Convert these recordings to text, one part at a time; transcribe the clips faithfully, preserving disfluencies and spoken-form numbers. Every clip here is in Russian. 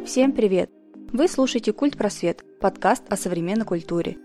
Всем привет! Вы слушаете «Культ Просвет» – подкаст о современной культуре.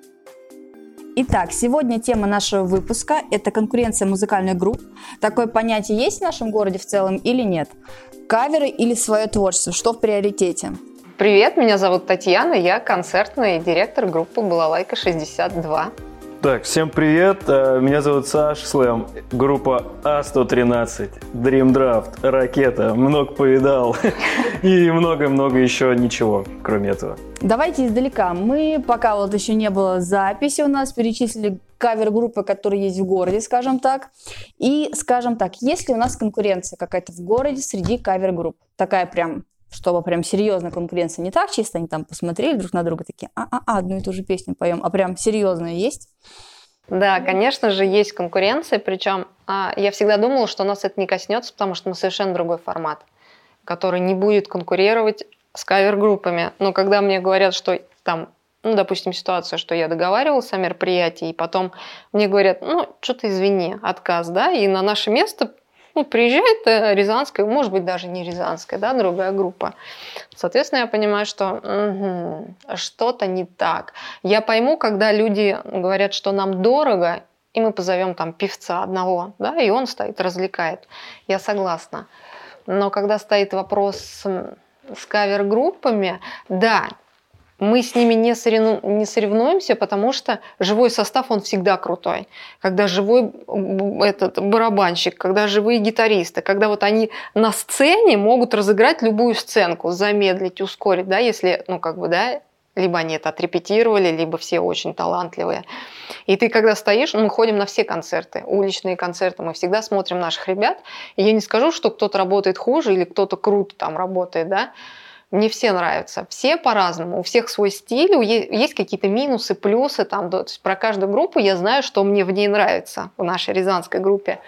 Итак, сегодня тема нашего выпуска – это конкуренция музыкальных групп. Такое понятие есть в нашем городе в целом или нет? Каверы или свое творчество? Что в приоритете? Привет, меня зовут Татьяна, я концертный директор группы «Балалайка шестьдесят два». Так, всем привет, меня зовут Саш Слэм, группа А сто тринадцать, Dream Draft, Ракета, много повидал и много-много еще ничего, кроме этого. Давайте издалека. Мы, пока вот еще не было записи у нас, перечислили кавер-группы, которые есть в городе, скажем так. И, скажем так, есть ли у нас конкуренция какая-то в городе среди кавер-групп? Такая прям... чтобы прям серьезная конкуренция, не так чисто они там посмотрели друг на друга, такие, а-а-а, одну и ту же песню поем, а прям серьезная есть? Да, конечно же, есть конкуренция, причем а, я всегда думала, что нас это не коснется, потому что мы совершенно другой формат, который не будет конкурировать с кавер-группами. Но когда мне говорят, что там, ну, допустим, ситуация, что я договаривалась о мероприятии, и потом мне говорят, ну, что-то извини, отказ, да, и на наше место... Ну, приезжает рязанская, может быть, даже не рязанская, да, другая группа. Соответственно, я понимаю, что угу, что-то не так. Я пойму, когда люди говорят, что нам дорого, и мы позовем там певца одного, да, и он стоит, развлекает. Я согласна. Но когда стоит вопрос с кавер-группами, да, мы с ними не, соревну... не соревнуемся, потому что живой состав, он всегда крутой. Когда живой этот барабанщик, когда живые гитаристы, когда вот они на сцене могут разыграть любую сценку, замедлить, ускорить, да, если, ну, как бы, да, либо они это отрепетировали, либо все очень талантливые. И ты, когда стоишь, мы ходим на все концерты, уличные концерты, мы всегда смотрим наших ребят, и я не скажу, что кто-то работает хуже или кто-то круто там работает, да. Мне все нравятся, все по-разному, у всех свой стиль, есть какие-то минусы, плюсы, там, то есть про каждую группу я знаю, что мне в ней нравится, в нашей рязанской группе.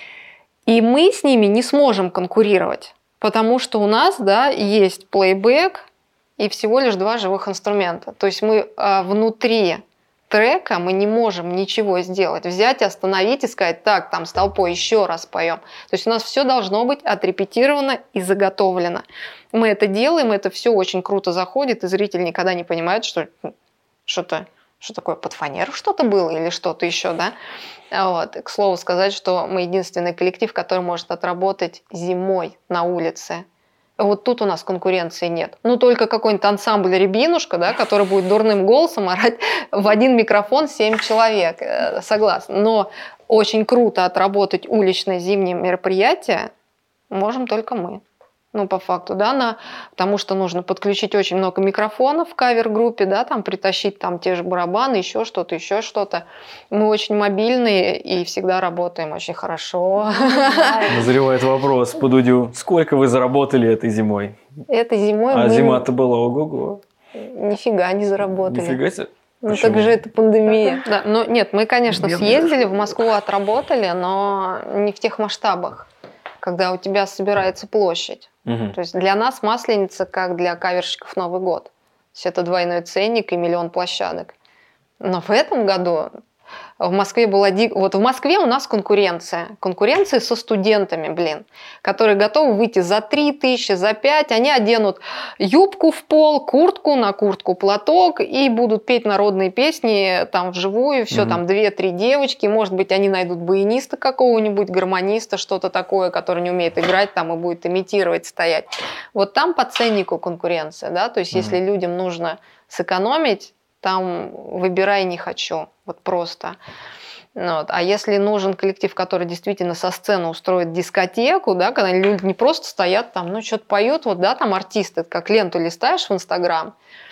И мы с ними не сможем конкурировать, потому что у нас, да, есть плейбэк и всего лишь два живых инструмента. То есть мы а, внутри трека мы не можем ничего сделать, взять, остановить и сказать, так, там с толпой еще раз поем. То есть у нас все должно быть отрепетировано и заготовлено. Мы это делаем, это все очень круто заходит, и зритель никогда не понимает, что что-то, что такое под фанеру что-то было или что-то еще, да. Вот. К слову сказать, что мы единственный коллектив, который может отработать зимой на улице. Вот тут у нас конкуренции нет. Ну, только какой-нибудь ансамбль «Рябинушка», да, который будет дурным голосом орать в один микрофон семь человек. Согласна. Но очень круто отработать уличное зимнее мероприятие можем только мы. Ну, по факту, да, на, потому что нужно подключить очень много микрофонов в кавер-группе, да, там притащить там те же барабаны, еще что-то, еще что-то. Мы очень мобильные и всегда работаем очень хорошо. Назревает вопрос по Дудю. Сколько вы заработали этой зимой? Этой зимой А мы... зима-то была ого-го. Нифига не заработали. Нифига себе. Ну, так же это пандемия. Да, но нет, мы, конечно, съездили, в Москву отработали, но не в тех масштабах, когда у тебя собирается площадь. Угу. То есть для нас Масленица, как для каверщиков Новый год. То есть это двойной ценник и миллион площадок. Но в этом году в Москве была дик... Вот в Москве у нас конкуренция. Конкуренция со студентами, блин, которые готовы выйти за три тысячи, за пять. Они оденут юбку в пол, куртку, на куртку платок и будут петь народные песни там вживую. Все, mm-hmm. там две-три девочки. Может быть, они найдут баяниста какого-нибудь, гармониста, что-то такое, который не умеет играть там и будет имитировать, стоять. Вот там по ценнику конкуренция, да. То есть, mm-hmm. если людям нужно сэкономить, там выбирай не хочу, вот просто. Вот. А если нужен коллектив, который действительно со сцены устроит дискотеку, да, когда люди не просто стоят там, ну что-то поют, вот, да, там артисты, как ленту листаешь в Инстаграм,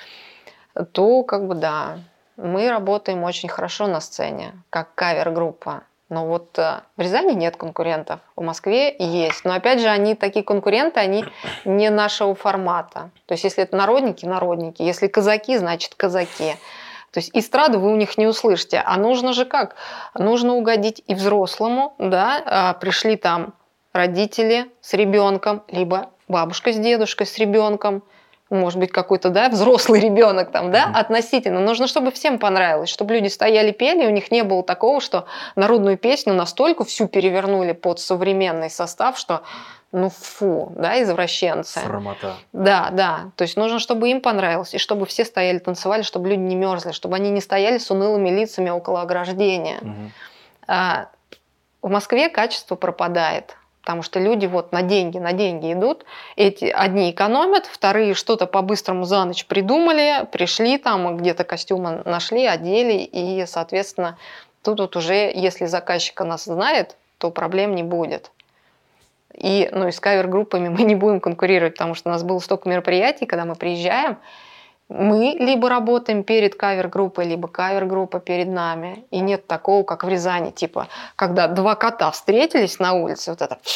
то как бы да, мы работаем очень хорошо на сцене, как кавер-группа. Но вот в Рязани нет конкурентов, в Москве есть. Но опять же, они такие конкуренты, они не нашего формата. То есть, если это народники, народники. Если казаки, значит казаки. То есть, эстраду вы у них не услышите. А нужно же как? Нужно угодить и взрослому, да, пришли там родители с ребенком, либо бабушка с дедушкой с ребенком, может быть, какой-то, да, взрослый ребенок там, да, mm-hmm. относительно. Нужно, чтобы всем понравилось, чтобы люди стояли, пели, и у них не было такого, что народную песню настолько всю перевернули под современный состав, что ну фу, да, извращенцы. Срамота. Да, да. То есть нужно, чтобы им понравилось, и чтобы все стояли, танцевали, чтобы люди не мерзли, чтобы они не стояли с унылыми лицами около ограждения. Мгм. А, в Москве качество пропадает, потому что люди вот на деньги, на деньги идут. Эти одни экономят, вторые что-то по-быстрому за ночь придумали, пришли там, где-то костюмы нашли, одели, и, соответственно, тут вот уже, если заказчик о нас знает, то проблем не будет. И, ну, и с кавер-группами мы не будем конкурировать, потому что у нас было столько мероприятий, когда мы приезжаем, мы либо работаем перед кавер-группой, либо кавер-группа перед нами. И нет такого, как в Рязани, типа, когда два кота встретились на улице, вот это...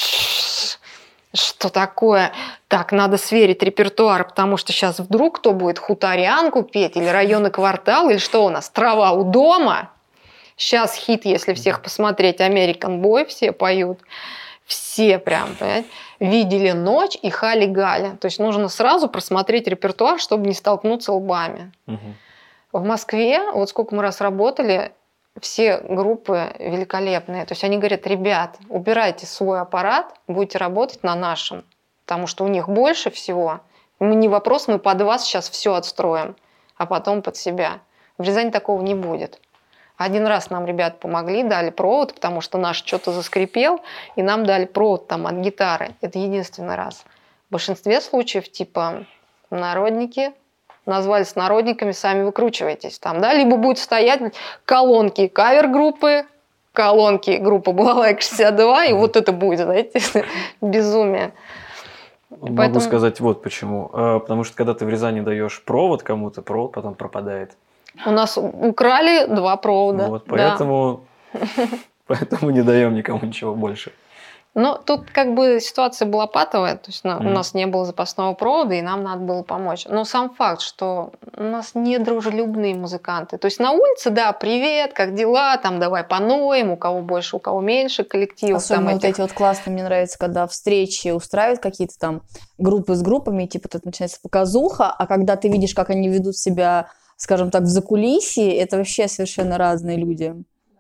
Что такое? Так, надо сверить репертуар, потому что сейчас вдруг кто будет хуторянку петь, или районный квартал, или что у нас, трава у дома. Сейчас хит, если всех посмотреть, American Boy, все поют. Все прям, понимаете, видели ночь и хали-галя. То есть нужно сразу просмотреть репертуар, чтобы не столкнуться лбами. Мгм. В Москве, вот сколько мы раз работали, все группы великолепные. То есть они говорят, ребят, убирайте свой аппарат, будете работать на нашем, потому что у них больше всего. Мы не вопрос, мы под вас сейчас все отстроим, а потом под себя. В Рязани такого не будет. Один раз нам ребята помогли, дали провод, потому что наш что-то заскрипел, и нам дали провод там от гитары. Это единственный раз. В большинстве случаев, типа, народники, назвались народниками, сами выкручивайтесь. Там, да? Либо будет стоять колонки кавер-группы, колонки группы «Балалайка шестьдесят два», и вот это будет, знаете, безумие. Могу Поэтому- сказать вот почему. А, Потому что когда ты в Рязани даешь провод кому-то, провод потом пропадает. У нас украли два провода. Вот, да. поэтому, поэтому не даем никому ничего больше. Но тут как бы ситуация была патовая, то есть ну, у Мгм. нас не было запасного провода, и нам надо было помочь. Но сам факт, что у нас не дружелюбные музыканты. То есть на улице, да, привет, как дела, там давай поноем, у кого больше, у кого меньше коллективов. Особенно там вот этих. эти вот классные, мне нравится, когда встречи устраивают какие-то там группы с группами, типа тут начинается показуха, а когда ты видишь, как они ведут себя, скажем так, в закулисье, это вообще совершенно разные люди.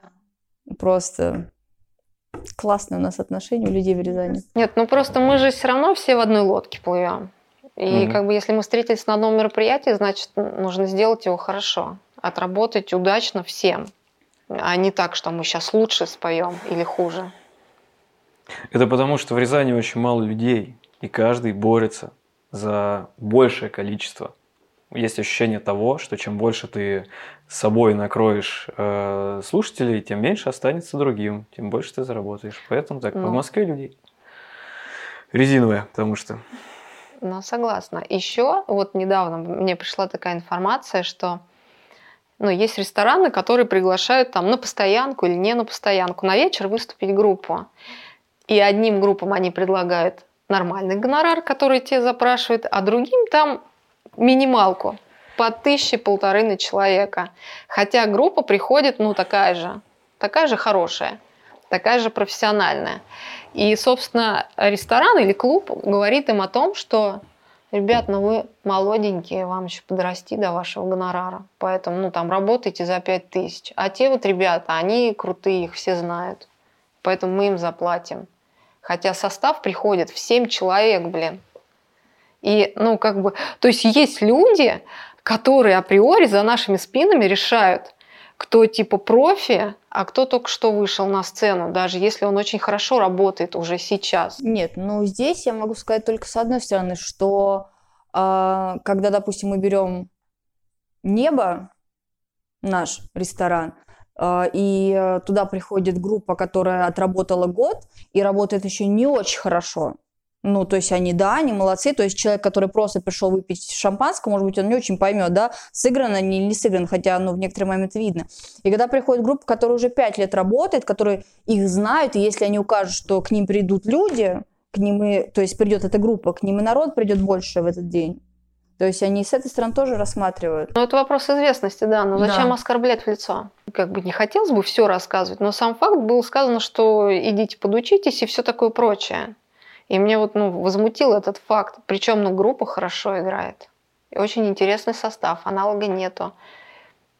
Просто классные у нас отношения у людей в Рязани. Нет, ну просто мы же все равно все в одной лодке плывем. И Мгм. как бы если мы встретились на одном мероприятии, значит, нужно сделать его хорошо, отработать удачно всем, а не так, что мы сейчас лучше споем или хуже. Это потому, что в Рязани очень мало людей, и каждый борется за большее количество. Есть ощущение того, что чем больше ты с собой накроешь э, слушателей, тем меньше останется другим, тем больше ты заработаешь. Поэтому так, Ну. в Москве людей резиновые, потому что... Ну, согласна. Еще вот недавно мне пришла такая информация, что ну, есть рестораны, которые приглашают там на постоянку или не на постоянку на вечер выступить группу. И одним группам они предлагают нормальный гонорар, который те запрашивают, а другим там минималку по тысяче, полторы на человека. Хотя группа приходит, ну, такая же, такая же хорошая, такая же профессиональная. И, собственно, ресторан или клуб говорит им о том, что, ребят, ну вы молоденькие, вам еще подрасти до вашего гонорара, поэтому, ну, там, работайте за пять тысяч. А те вот ребята, они крутые, их все знают, поэтому мы им заплатим. Хотя состав приходит в семь человек, блин. И, ну, как бы, то есть есть люди, которые априори за нашими спинами решают, кто типа профи, а кто только что вышел на сцену, даже если он очень хорошо работает уже сейчас. Нет, ну здесь я могу сказать только с одной стороны, что а, когда, допустим, мы берем «Небо», наш ресторан, а, и а, туда приходит группа, которая отработала год и работает еще не очень хорошо. Ну, то есть они, да, они молодцы, то есть человек, который просто пришел выпить шампанского, может быть, он не очень поймет, да, сыграно или не сыграно, хотя, ну, в некоторые моменты видно. И когда приходит группа, которая уже пять лет работает, которые их знают, и если они укажут, что к ним придут люди, к ним и, то есть придет эта группа, к ним и народ придет больше в этот день. То есть они с этой стороны тоже рассматривают. Ну, это вопрос известности, да, но зачем Да. оскорблять в лицо? Как бы не хотелось бы все рассказывать, но сам факт был сказано, что идите подучитесь и все такое прочее. И мне вот, ну, возмутил этот факт. Причем, ну, группа хорошо играет. И очень интересный состав, аналога нету.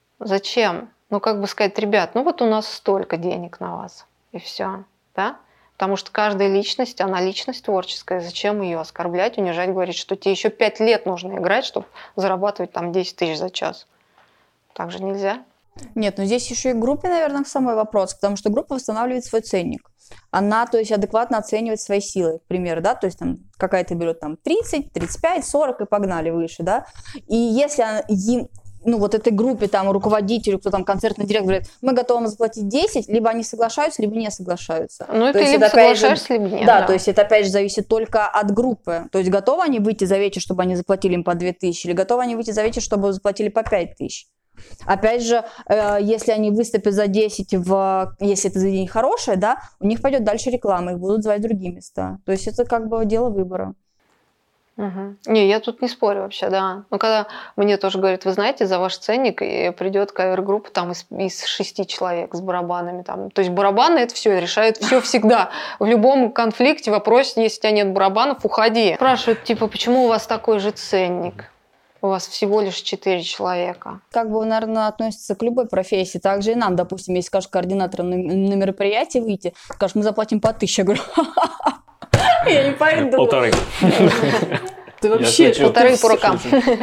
Зачем? Ну, как бы сказать, ребят, ну вот у нас столько денег на вас. И все, да? Потому что каждая личность, она личность творческая. Зачем ее оскорблять, унижать, говорить, что тебе еще пять лет нужно играть, чтобы зарабатывать там десять тысяч за час. Так же нельзя. Нет, но здесь еще и группе, наверное, самый вопрос, потому что группа восстанавливает свой ценник. Она, то есть, адекватно оценивает свои силы, к примеру, да, то есть там какая-то берет там тридцать, тридцать пять, сорок и погнали выше, да. И если она, им, ну вот этой группе, там, руководителю, кто там, концертный директор, говорит, мы готовы заплатить десять, либо они соглашаются, либо не соглашаются. Ну, это есть либо это, опять соглашаешься, же, либо нет. Да, да, то есть это, опять же, зависит только от группы. То есть готовы они выйти за вечер, чтобы они заплатили им по две тысячи, или готовы они выйти за вечер, чтобы заплатили по пять тысяч. Опять же, э, если они выступят за десять, в, если это заведение хорошее, да, у них пойдет дальше реклама, их будут звать в другие места. То есть это как бы дело выбора. Угу. Не, я тут не спорю вообще, да. Но когда мне тоже говорят, вы знаете, за ваш ценник и придет кавер-группа там из, из шести человек с барабанами. Там. То есть барабаны это все решают все всегда. В любом конфликте, вопросе, если у тебя нет барабанов, уходи. Спрашивают, типа, почему у вас такой же ценник? У вас всего лишь четыре человека. Как бы, наверное, относится к любой профессии. Также и нам, допустим, если скажешь координатором на, на мероприятие выйти, скажешь, мы заплатим по тысяче. Я говорю, я не пойду. Полторы. Ты вообще... Полторы по рукам.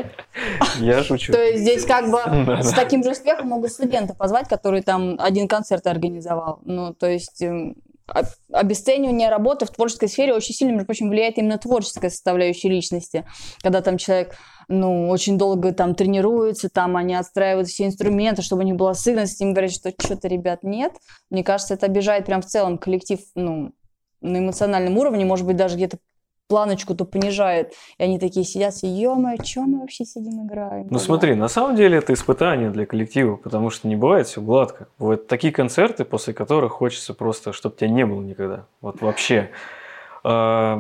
Я шучу. То есть здесь как бы с таким же успехом могут студента позвать, который там один концерт организовал. Ну, то есть... Обесценивание работы в творческой сфере очень сильно, между прочим, влияет именно творческая составляющая личности. Когда там человек, ну, очень долго там тренируется, там они отстраивают все инструменты, чтобы не было сыгранности, им говорят, что что-то, ребят, нет. Мне кажется, это обижает прям в целом коллектив, ну, на эмоциональном уровне, может быть, даже где-то планочку-то понижает. И они такие сидят, и ё-моё, чё мы вообще сидим играем? Ну смотри, на самом деле это испытание для коллектива, потому что не бывает все гладко. Бывают такие концерты, после которых хочется просто, чтобы тебя не было никогда. Вот вообще. А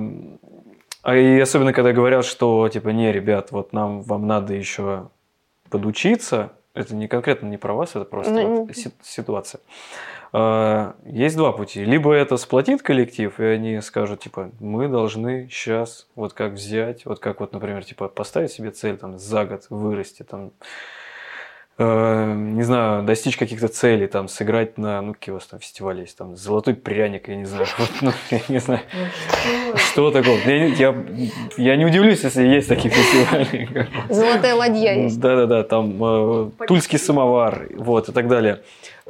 и особенно, когда говорят, что типа, не, ребят, вот нам, вам надо еще подучиться, это не конкретно не про вас, это просто ну, вот ситуация. Есть два пути. Либо это сплотит коллектив, и они скажут, типа, мы должны сейчас вот как взять, вот как вот, например, типа, поставить себе цель там, за год вырасти, там, э, не знаю, достичь каких-то целей, там, сыграть на, ну, какие у вас там фестивали есть, там, «Золотой пряник», я не знаю, вот, ну, я не знаю, что такое. Я, я, я не удивлюсь, если есть такие фестивали. «Золотая ладья» есть. Да-да-да, там, э, «Тульский самовар», вот, и так далее.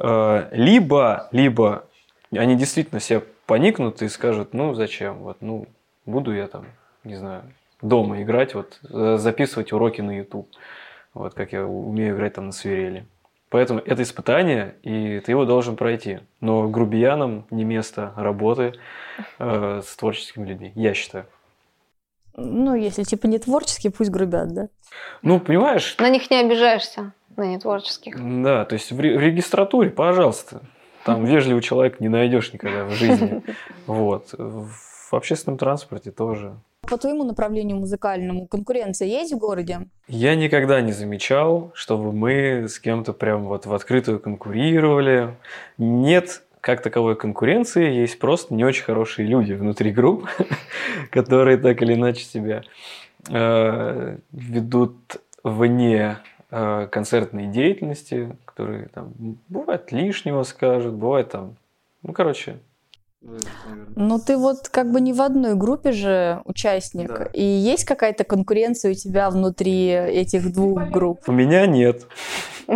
Либо, либо они действительно себе поникнут и скажут, ну зачем, вот, ну буду я там, не знаю, дома играть, вот, записывать уроки на YouTube, вот, как я умею играть там на свирели. Поэтому это испытание, и ты его должен пройти. Но грубиянам не место работы э, с творческими людьми, я считаю. Ну, если типа не творческие, пусть грубят, да? Ну, понимаешь... На них не обижаешься. На нетворческих. Да, то есть в регистратуре, пожалуйста, там вежливый человек не найдешь никогда в жизни. Вот. В общественном транспорте тоже. По твоему направлению музыкальному конкуренция есть в городе? Я никогда не замечал, чтобы мы с кем-то прям вот в открытую конкурировали. Нет как таковой конкуренции, есть просто не очень хорошие люди внутри групп, которые так или иначе себя ведут вне концертной деятельности, которые там бывает лишнего скажут, бывает там, ну короче. Ну ты вот как бы не в одной группе же участник, да. И есть какая-то конкуренция у тебя внутри этих двух групп? У меня нет. У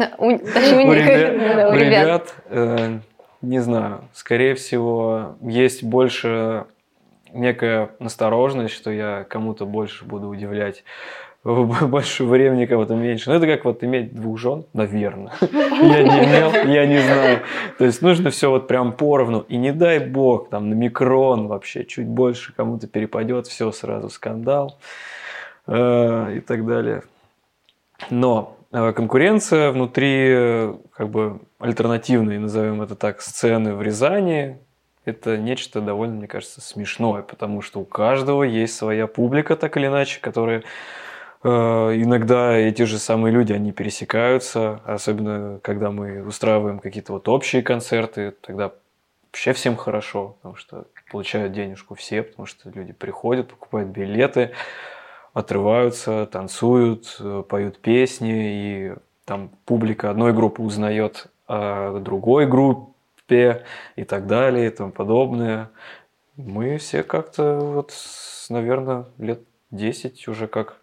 ребят, не знаю, скорее всего, есть больше некая настороженность, что я кому-то больше буду удивлять. Больше времени, кого-то меньше. Ну, это как вот иметь двух жен, наверное. Я не имел, я не знаю. То есть нужно все вот прям поровну. И не дай бог, там на микрон вообще чуть больше кому-то перепадет, все сразу скандал э, и так далее. Но э, конкуренция внутри как бы альтернативной, назовем это так, сцены в Рязани, это нечто довольно, мне кажется, смешное, потому что у каждого есть своя публика, так или иначе, которая иногда эти же самые люди, они пересекаются, особенно когда мы устраиваем какие-то вот общие концерты, тогда вообще всем хорошо, потому что получают денежку все, потому что люди приходят, покупают билеты, отрываются, танцуют, поют песни, и там публика одной группы узнает о другой группе и так далее и тому подобное. Мы все как-то вот, наверное, лет десять уже как...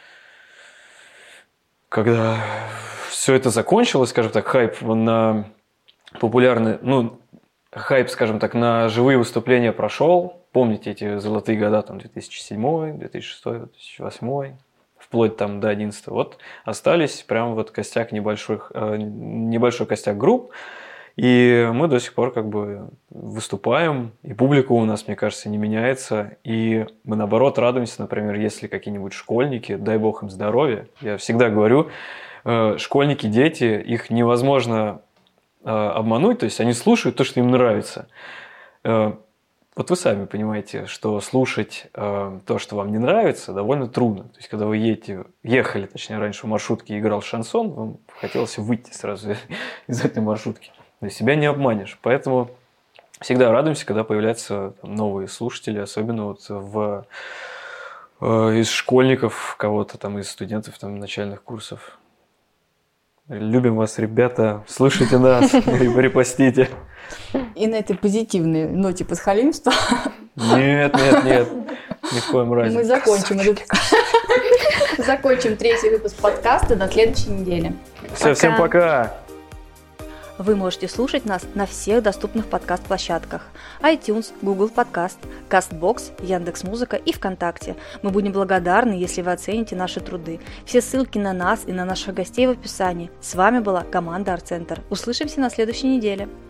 Когда все это закончилось, скажем так, хайп на популярный... Ну, хайп, скажем так, на живые выступления прошел. Помните эти золотые года, там, две тысячи седьмой, две тысячи шестой, две тысячи восьмой, вплоть там до одиннадцатого. Вот остались прям вот костяк небольших, э, небольшой костяк групп. И мы до сих пор как бы выступаем, и публика у нас, мне кажется, не меняется. И мы, наоборот, радуемся, например, если какие-нибудь школьники, дай бог им здоровья. Я всегда говорю, э, школьники, дети, их невозможно э, обмануть, то есть они слушают то, что им нравится. Э, вот вы сами понимаете, что слушать э, то, что вам не нравится, довольно трудно. То есть когда вы едете, ехали, точнее, раньше в маршрутке и играл шансон, вам хотелось выйти сразу из этой маршрутки. Но себя не обманешь. Поэтому всегда радуемся, когда появляются там новые слушатели, особенно вот в, э, из школьников, кого-то там, из студентов там, начальных курсов. Любим вас, ребята, слушайте нас, репостите. И на этой позитивной ноте подхалимства Нет, нет, нет, ни в коем разе. мы закончим этот... закончим третий выпуск подкаста на следующей неделе. Все, всем пока! Вы можете слушать нас на всех доступных подкаст-площадках: iTunes, Google Podcast, CastBox, Яндекс.Музыка и ВКонтакте. Мы будем благодарны, если вы оцените наши труды. Все ссылки на нас и на наших гостей в описании. С вами была команда Арт Центр. Услышимся на следующей неделе.